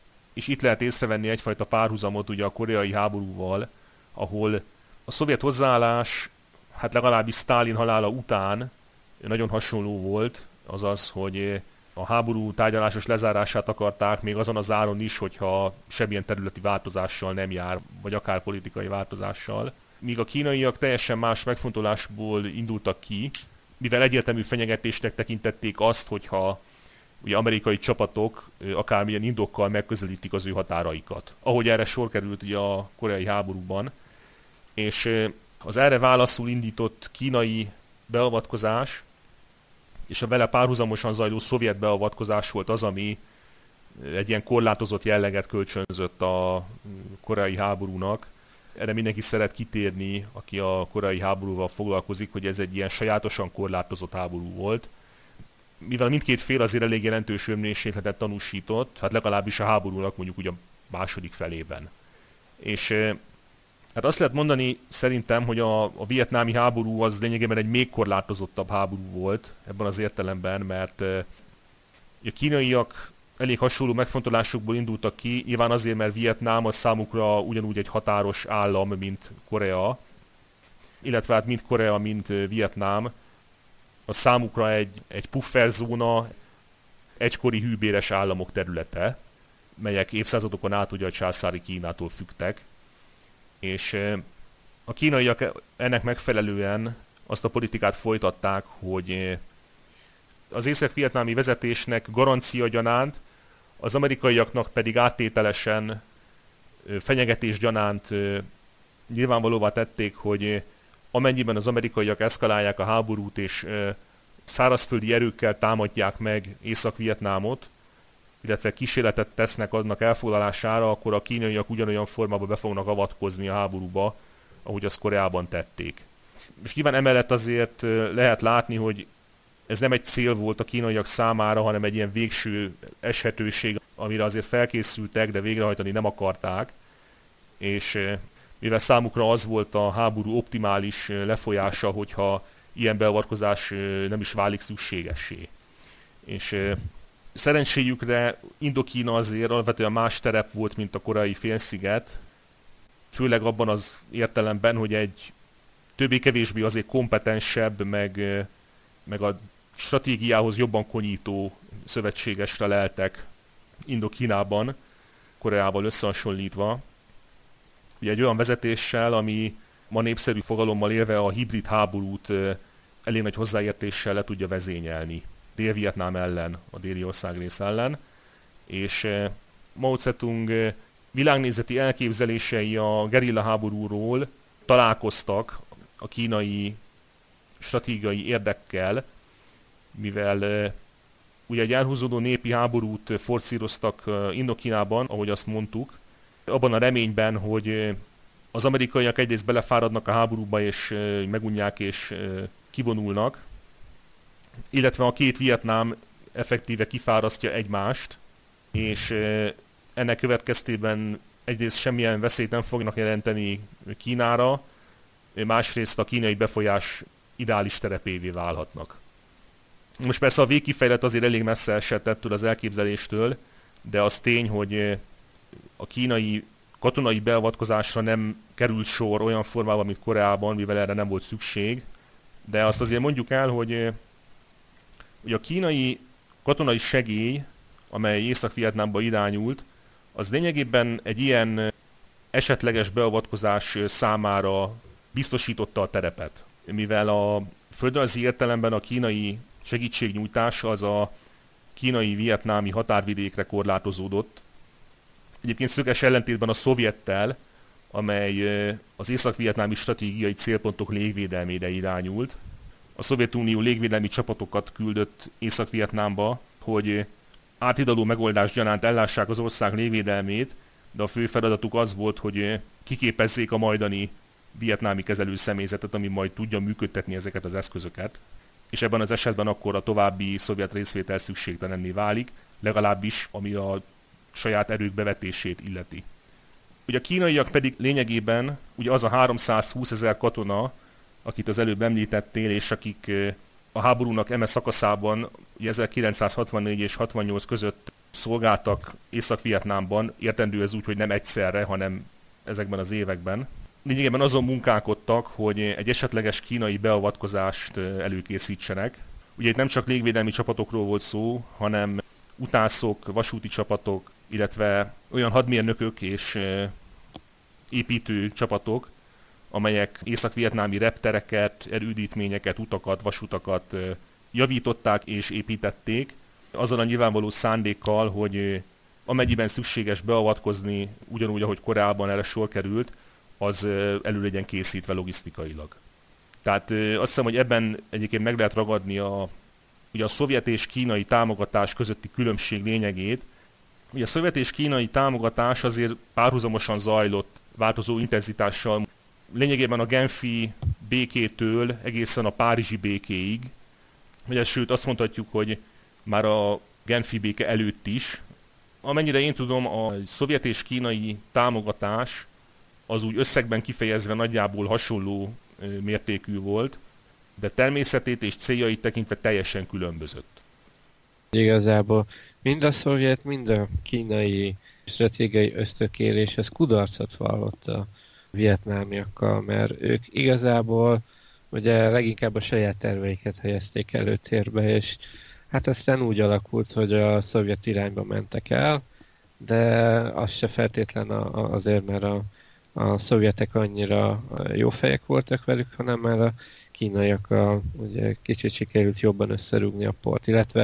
És itt lehet észrevenni egyfajta párhuzamot ugye a koreai háborúval, ahol a szovjet hozzáállás, hát legalábbis Sztálin halála után nagyon hasonló volt, azaz, hogy a háború tárgyalásos lezárását akarták még azon az áron is, hogyha semmilyen területi változással nem jár, vagy akár politikai változással. Míg a kínaiak teljesen más megfontolásból indultak ki, mivel egyértelmű fenyegetésnek tekintették azt, hogyha ugye amerikai csapatok akármilyen indokkal megközelítik az ő határaikat. Ahogy erre sor került ugye a koreai háborúban, és az erre válaszul indított kínai beavatkozás és a vele párhuzamosan zajló szovjet beavatkozás volt az, ami egy ilyen korlátozott jelleget kölcsönzött a koreai háborúnak. Erre mindenki szeret kitérni, aki a koreai háborúval foglalkozik, hogy ez egy ilyen sajátosan korlátozott háború volt. Mivel mindkét fél azért elég jelentős önmérsékletet tanúsított, hát legalábbis a háborúnak mondjuk ugye a második felében. És hát azt lehet mondani szerintem, hogy a vietnámi háború az lényegében egy még korlátozottabb háború volt ebben az értelemben, mert a kínaiak elég hasonló megfontolásokból indultak ki, nyilván azért, mert Vietnám az számukra ugyanúgy egy határos állam, mint Korea, illetve hát mind Korea, mint Vietnám, a számukra egy pufferzóna, egykori hűbéres államok területe, melyek évszázadokon át ugye a császári Kínától függtek, és a kínaiak ennek megfelelően azt a politikát folytatták, hogy az észak-vietnámi vezetésnek garancia gyanánt az amerikaiaknak pedig áttételesen fenyegetés gyanánt nyilvánvalóvá tették, hogy amennyiben az amerikaiak eszkalálják a háborút és szárazföldi erőkkel támadják meg Észak-Vietnámot, illetve kísérletet tesznek annak elfoglalására, akkor a kínaiak ugyanolyan formában be fognak avatkozni a háborúba, ahogy azt Koreában tették. És nyilván emellett azért lehet látni, hogy ez nem egy cél volt a kínaiak számára, hanem egy ilyen végső eshetőség, amire azért felkészültek, de végrehajtani nem akarták. És mivel számukra az volt a háború optimális lefolyása, hogyha ilyen beavatkozás nem is válik szükségessé. És szerencséjükre Indokína azért alapvetően más terep volt, mint a koreai félsziget, főleg abban az értelemben, hogy egy többé-kevésbé azért kompetensebb, meg a stratégiához jobban konyító szövetségesre leltek Indokínában, Koreával összehasonlítva. Ugye egy olyan vezetéssel, ami ma népszerű fogalommal élve a hibrid háborút elég nagy hozzáértéssel le tudja vezényelni Dél-Vietnám ellen, a déli országrész ellen, és Mao Tse-tung világnézeti elképzelései a gerilla háborúról találkoztak a kínai stratégiai érdekkel, mivel ugye egy elhúzódó népi háborút forszíroztak Indokínában, ahogy azt mondtuk, abban a reményben, hogy az amerikaiak egyrészt belefáradnak a háborúba, és megunják és kivonulnak, illetve a két Vietnám effektíve kifárasztja egymást, és ennek következtében egyrészt semmilyen veszélyt nem fognak jelenteni Kínára, másrészt a kínai befolyás ideális terepévé válhatnak. Most persze a végkifejlet azért elég messze esett ettől az elképzeléstől, de az tény, hogy a kínai katonai beavatkozásra nem került sor olyan formában, mint Koreában, mivel erre nem volt szükség, de azt azért mondjuk el, hogy a kínai katonai segély, amely Észak-Vietnámba irányult, az lényegében egy ilyen esetleges beavatkozás számára biztosította a terepet, mivel a földrajzi értelemben a kínai segítségnyújtás az a kínai-vietnámi határvidékre korlátozódott. Egyébként szöges ellentétben a szovjettel, amely az észak-vietnámi stratégiai célpontok légvédelmére irányult. A Szovjetunió légvédelmi csapatokat küldött Észak-Vietnámba, hogy áthidaló megoldás gyanánt ellássák az ország légvédelmét, de a fő feladatuk az volt, hogy kiképezzék a majdani vietnámi kezelő személyzetet, ami majd tudja működtetni ezeket az eszközöket. És ebben az esetben akkor a további szovjet részvétel szükségtelenné válik, legalábbis ami a saját erők bevetését illeti. Ugye a kínaiak pedig lényegében ugye az a 320 000 katona, akit az előbb említettél, és akik a háborúnak eme szakaszában 1964 és 68 között szolgáltak Észak-Vietnámban, értendő ez úgy, hogy nem egyszerre, hanem ezekben az években. Lényegében azon munkálkodtak, hogy egy esetleges kínai beavatkozást előkészítsenek. Ugye itt nem csak légvédelmi csapatokról volt szó, hanem utászok, vasúti csapatok, illetve olyan hadmérnökök és építő csapatok, amelyek észak-vietnámi reptereket, erődítményeket, utakat, vasutakat javították és építették, azzal a nyilvánvaló szándékkal, hogy amennyiben szükséges beavatkozni, ugyanúgy, ahogy korábban erre sor került, az elő legyen készítve logisztikailag. Tehát azt hiszem, hogy ebben egyébként meg lehet ragadni ugye a szovjet és kínai támogatás közötti különbség lényegét. Ugye a szovjet és kínai támogatás azért párhuzamosan zajlott változó intenzitással, lényegében a genfi békétől egészen a párizsi békéig, sőt azt mondhatjuk, hogy már a genfi béke előtt is. Amennyire én tudom, a szovjet és kínai támogatás az úgy összegben kifejezve nagyjából hasonló mértékű volt, de természetét és céljait tekintve teljesen különbözött. Igazából mind a szovjet, mind a kínai stratégiai ösztökélés, ez kudarcot vallott a vietnámiakkal, mert ők igazából ugye leginkább a saját terveiket helyezték előtérbe, és hát aztán úgy alakult, hogy a szovjet irányba mentek el, de az se feltétlen azért, mert a szovjetek annyira jó fejek voltak velük, hanem már a kínaiak ugye kicsit sikerült jobban összerúgni a port, illetve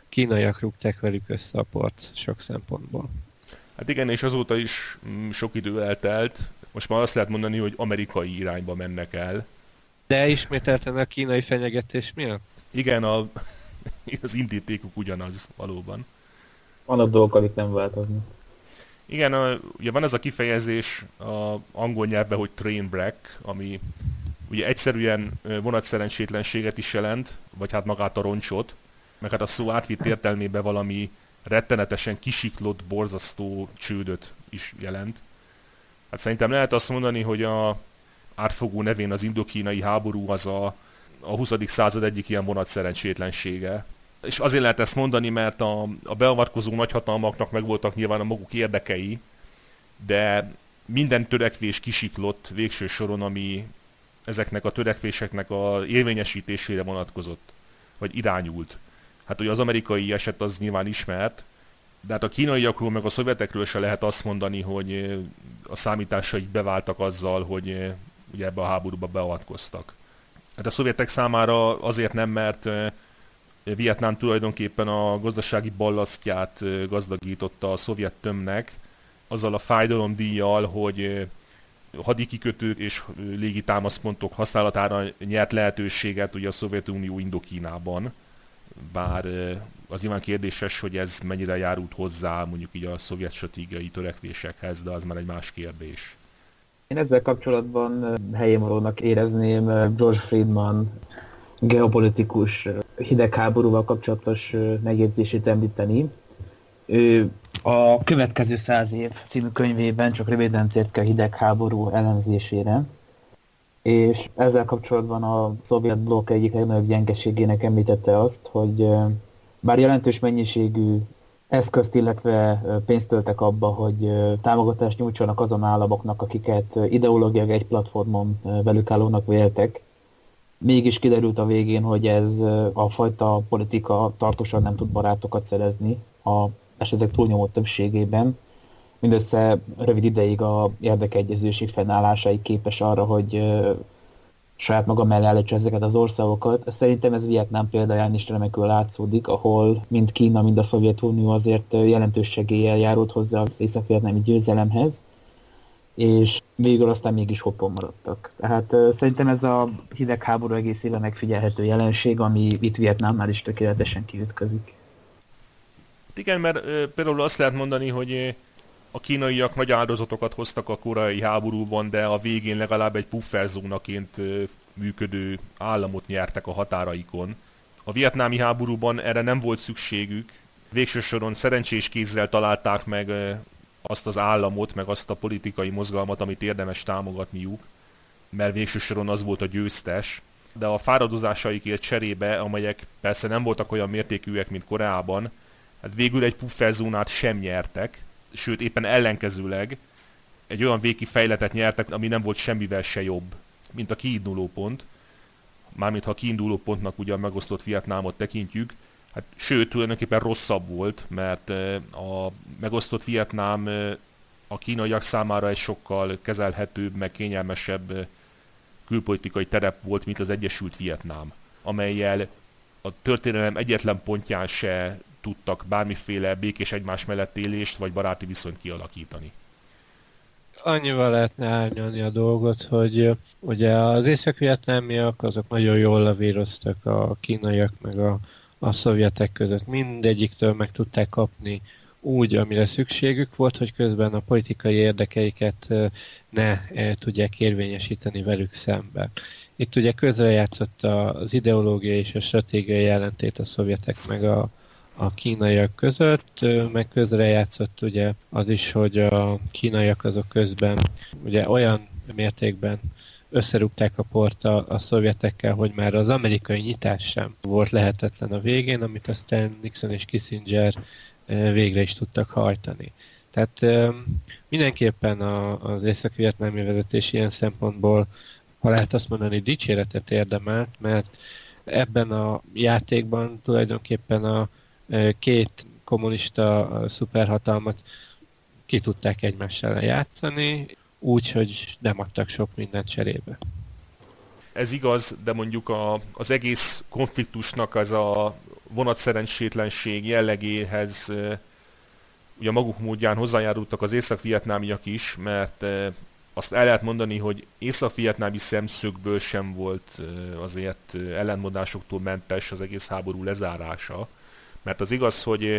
kínaiak rúgták velük össze a port sok szempontból. Hát igen, és azóta is sok idő eltelt. Most már azt lehet mondani, hogy amerikai irányba mennek el. De ismételten a kínai fenyegetés miatt? Igen, az indítékuk ugyanaz valóban. Vannak dolgok, amik nem változnak. Igen, ugye van ez a kifejezés az angol nyelvben, hogy train wreck, ami ugye egyszerűen vonatszerencsétlenséget is jelent, vagy hát magát a roncsot, meg hát a szó átvitt értelmében valami rettenetesen kisiklott, borzasztó csődöt is jelent. Hát szerintem lehet azt mondani, hogy a átfogó nevén az indokínai háború az a 20. század egyik ilyen vonatszerencsétlensége. És azért lehet ezt mondani, mert a beavatkozó nagyhatalmaknak megvoltak nyilván a maguk érdekei, de minden törekvés kisiklott végső soron, ami ezeknek a törekvéseknek a érvényesítésére vonatkozott, vagy irányult. Hát ugye az amerikai eset az nyilván ismert, de hát a kínaiakról meg a szovjetekről se lehet azt mondani, hogy a számításaik beváltak azzal, hogy ugye ebbe a háborúba beavatkoztak. Hát a szovjetek számára azért nem, mert Vietnám tulajdonképpen a gazdasági ballasztját gazdagította a szovjet tömnek, azzal a fájdalomdíjjal, hogy hadikikötők és légi támaszpontok használatára nyert lehetőséget ugye a Szovjetunió Indokínában. Bár az nyilván kérdéses, hogy ez mennyire járult hozzá mondjuk így a szovjet stratégiai törekvésekhez, de az már egy más kérdés. Én ezzel kapcsolatban helyénvalónak érezném George Friedman geopolitikus hidegháborúval kapcsolatos megjegyzését említeni. Ő a következő 100 év című könyvében csak röviden tért ki a hidegháború elemzésére, és ezzel kapcsolatban a szovjet blokk egyik legnagyobb gyengeségének említette azt, hogy bár jelentős mennyiségű eszközt, illetve pénzt töltek abba, hogy támogatást nyújtsanak azon államoknak, akiket ideológiailag egy platformon velük állónak véltek, mégis kiderült a végén, hogy ez a fajta politika tartósan nem tud barátokat szerezni a esetek túlnyomó többségében. Mindössze rövid ideig a érdekegyezőség fennállásáig képes arra, hogy saját maga mellé állítsa ezeket az országokat. Szerintem ez Vietnám példáján is remekül látszódik, ahol mind Kína, mind a Szovjetunió azért jelentős segéllyel járult hozzá az észak-vietnámi győzelemhez, és végül aztán mégis hoppon maradtak. Tehát szerintem ez a hidegháború egész éve megfigyelhető jelenség, ami itt Vietnámnál is tökéletesen kiütközik. Igen, mert például azt lehet mondani, hogy a kínaiak nagy áldozatokat hoztak a koreai háborúban, de a végén legalább egy pufferzónaként működő államot nyertek a határaikon. A vietnámi háborúban erre nem volt szükségük. Végső soron szerencsés kézzel találták meg azt az államot, meg azt a politikai mozgalmat, amit érdemes támogatniuk, mert végső soron az volt a győztes. De a fáradozásaikért cserébe, amelyek persze nem voltak olyan mértékűek, mint Koreában, hát végül egy pufferzónát sem nyertek, sőt éppen ellenkezőleg egy olyan végkifejletet nyertek, ami nem volt semmivel se jobb, mint a kiinduló pont. Mármint ha a kiinduló pontnak ugye a megosztott Vietnámot tekintjük, hát sőt tulajdonképpen rosszabb volt, mert a megosztott Vietnám a kínaiak számára egy sokkal kezelhetőbb, meg kényelmesebb külpolitikai terep volt, mint az Egyesült Vietnám, amellyel a történelem egyetlen pontján se tudtak bármiféle békés egymás mellett élést vagy baráti viszonyt kialakítani. Annyival lehetne árnyalni a dolgot, hogy ugye az észak-vietnámiak azok nagyon jól lavíroztak a kínaiak meg a szovjetek között. Mindegyiktől meg tudták kapni úgy, amire szükségük volt, hogy közben a politikai érdekeiket ne tudják érvényesíteni velük szemben. Itt ugye közrejátszott az ideológia és a stratégiai ellentét a szovjetek meg a kínaiak között, meg közrejátszott ugye az is, hogy a kínaiak azok közben ugye olyan mértékben összerúgták a port a szovjetekkel, hogy már az amerikai nyitás sem volt lehetetlen a végén, amit aztán Nixon és Kissinger végre is tudtak hajtani. Tehát mindenképpen az észak-vietnámi vezetés ilyen szempontból, ha lehet azt mondani, dicséretet érdemelt, mert ebben a játékban tulajdonképpen a két kommunista szuperhatalmat ki tudták egymással játszani, úgy, hogy nem adtak sok mindent cserébe. Ez igaz, de mondjuk az egész konfliktusnak az a vonatszerencsétlenség jellegéhez ugye maguk módján hozzájárultak az észak-vietnámiak is, mert azt el lehet mondani, hogy észak-vietnámi szemszögből sem volt azért ellentmondásoktól mentes az egész háború lezárása. Mert az igaz, hogy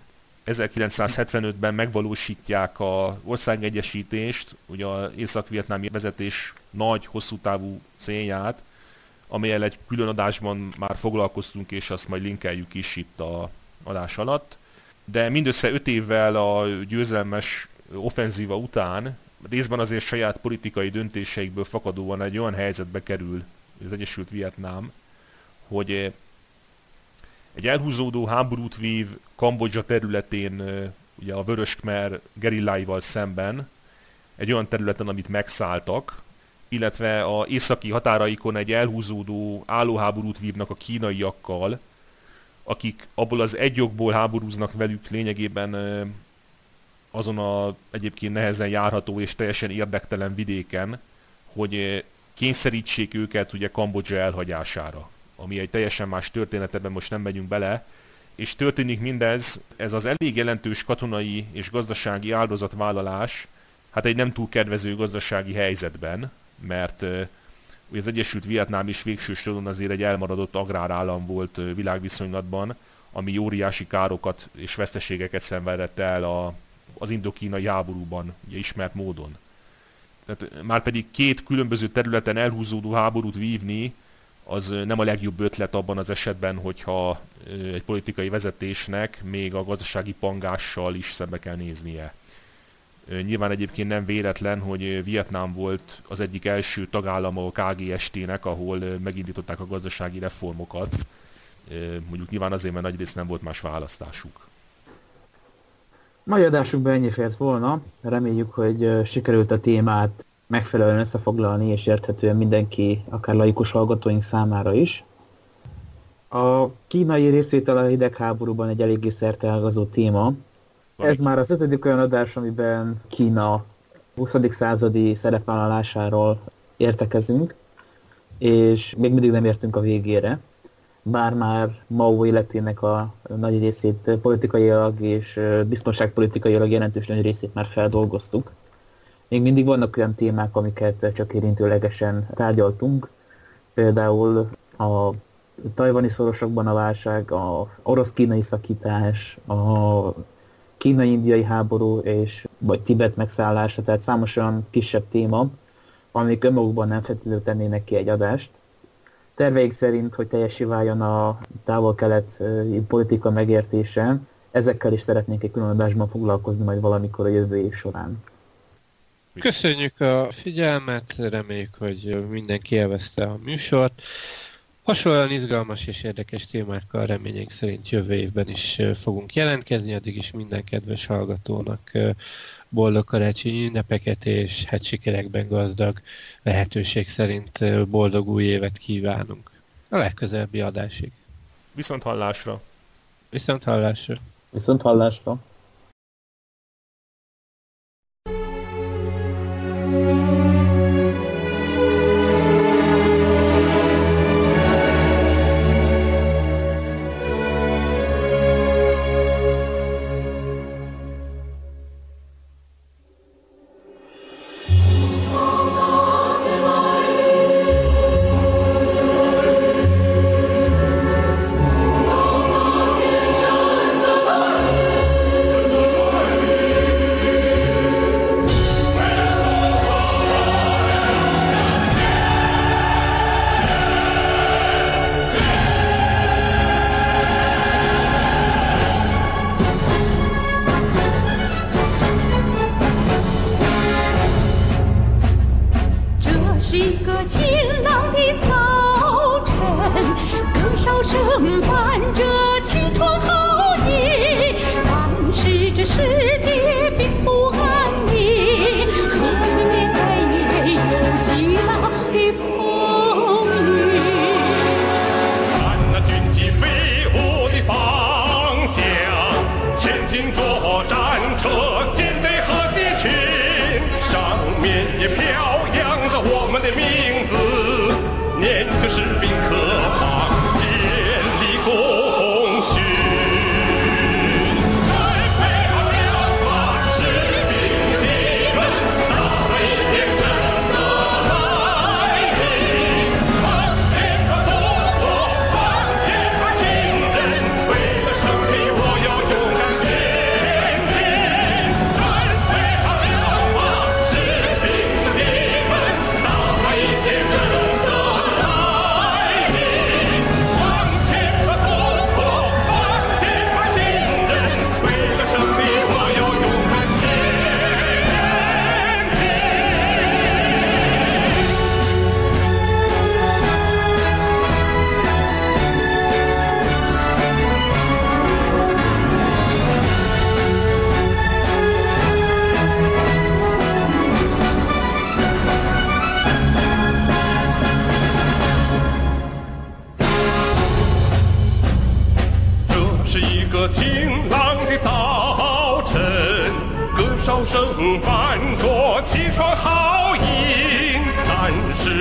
1975-ben megvalósítják az országegyesítést, ugye az észak-vietnámi vezetés nagy, hosszú távú célját, amellyel egy külön adásban már foglalkoztunk, és azt majd linkeljük is itt a adás alatt. De mindössze 5 évvel a győzelmes offenzíva után részben azért saját politikai döntéseikből fakadóan egy olyan helyzetbe kerül az Egyesült Vietnám, hogy egy elhúzódó háborút vív Kambodzsa területén, ugye a Vörös Khmer gerilláival szemben, egy olyan területen, amit megszálltak, illetve a északi határaikon egy elhúzódó állóháborút vívnak a kínaiakkal, akik abból az egy jogból háborúznak velük lényegében azon a egyébként nehezen járható és teljesen érdektelen vidéken, hogy kényszerítsék őket ugye Kambodzsa elhagyására, ami egy teljesen más történet, ebben most nem megyünk bele, és történik mindez, ez az elég jelentős katonai és gazdasági áldozatvállalás, hát egy nem túl kedvező gazdasági helyzetben, mert ugye az Egyesült Vietnám is végső soron azért egy elmaradott agrárállam volt világviszonylatban, ami óriási károkat és veszteségeket szenvedett el az indokínai háborúban, ugye ismert módon. Tehát már pedig 2 különböző területen elhúzódó háborút vívni, az nem a legjobb ötlet abban az esetben, hogyha egy politikai vezetésnek még a gazdasági pangással is szembe kell néznie. Nyilván egyébként nem véletlen, hogy Vietnám volt az egyik első tagállama a KGST-nek, ahol megindították a gazdasági reformokat. Mondjuk nyilván azért, mert nagyrészt nem volt más választásuk. Mai adásunkban ennyi fért volna. Reméljük, hogy sikerült a témát megfelelően összefoglalni, és érthetően mindenki, akár laikus hallgatóink számára is. A kínai részvétel a hidegháborúban egy eléggé szerteágazó téma. Ez már az 5. olyan adás, amiben Kína 20. századi szerepvállalásáról értekezünk, és még mindig nem értünk a végére. Bár már Mao életének a nagy részét politikailag és biztonságpolitikailag jelentős nagy részét már feldolgoztuk. Még mindig vannak olyan témák, amiket csak érintőlegesen tárgyaltunk, például a tajvani szorosokban a válság, a orosz-kínai szakítás, a kínai-indiai háború vagy Tibet megszállása, tehát számos olyan kisebb téma, amik önmagukban nem feltétlenül tennének ki egy adást. Terveik szerint, hogy teljessé váljon a távol-kelet politika megértése, ezekkel is szeretnénk egy külön adásban foglalkozni majd valamikor a jövő év során. Köszönjük a figyelmet, reméljük, hogy mindenki élvezte a műsort. Hasonlóan izgalmas és érdekes témákkal reményeink szerint jövő évben is fogunk jelentkezni, addig is minden kedves hallgatónak boldog karácsonyi ünnepeket és hát sikerekben gazdag, lehetőség szerint boldog új évet kívánunk. A legközelebbi adásig. Viszont hallásra! Viszont hallásra! Viszont hallásra!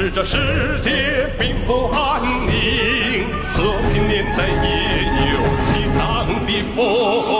是这世界并不安宁，和平年代也有激荡的风。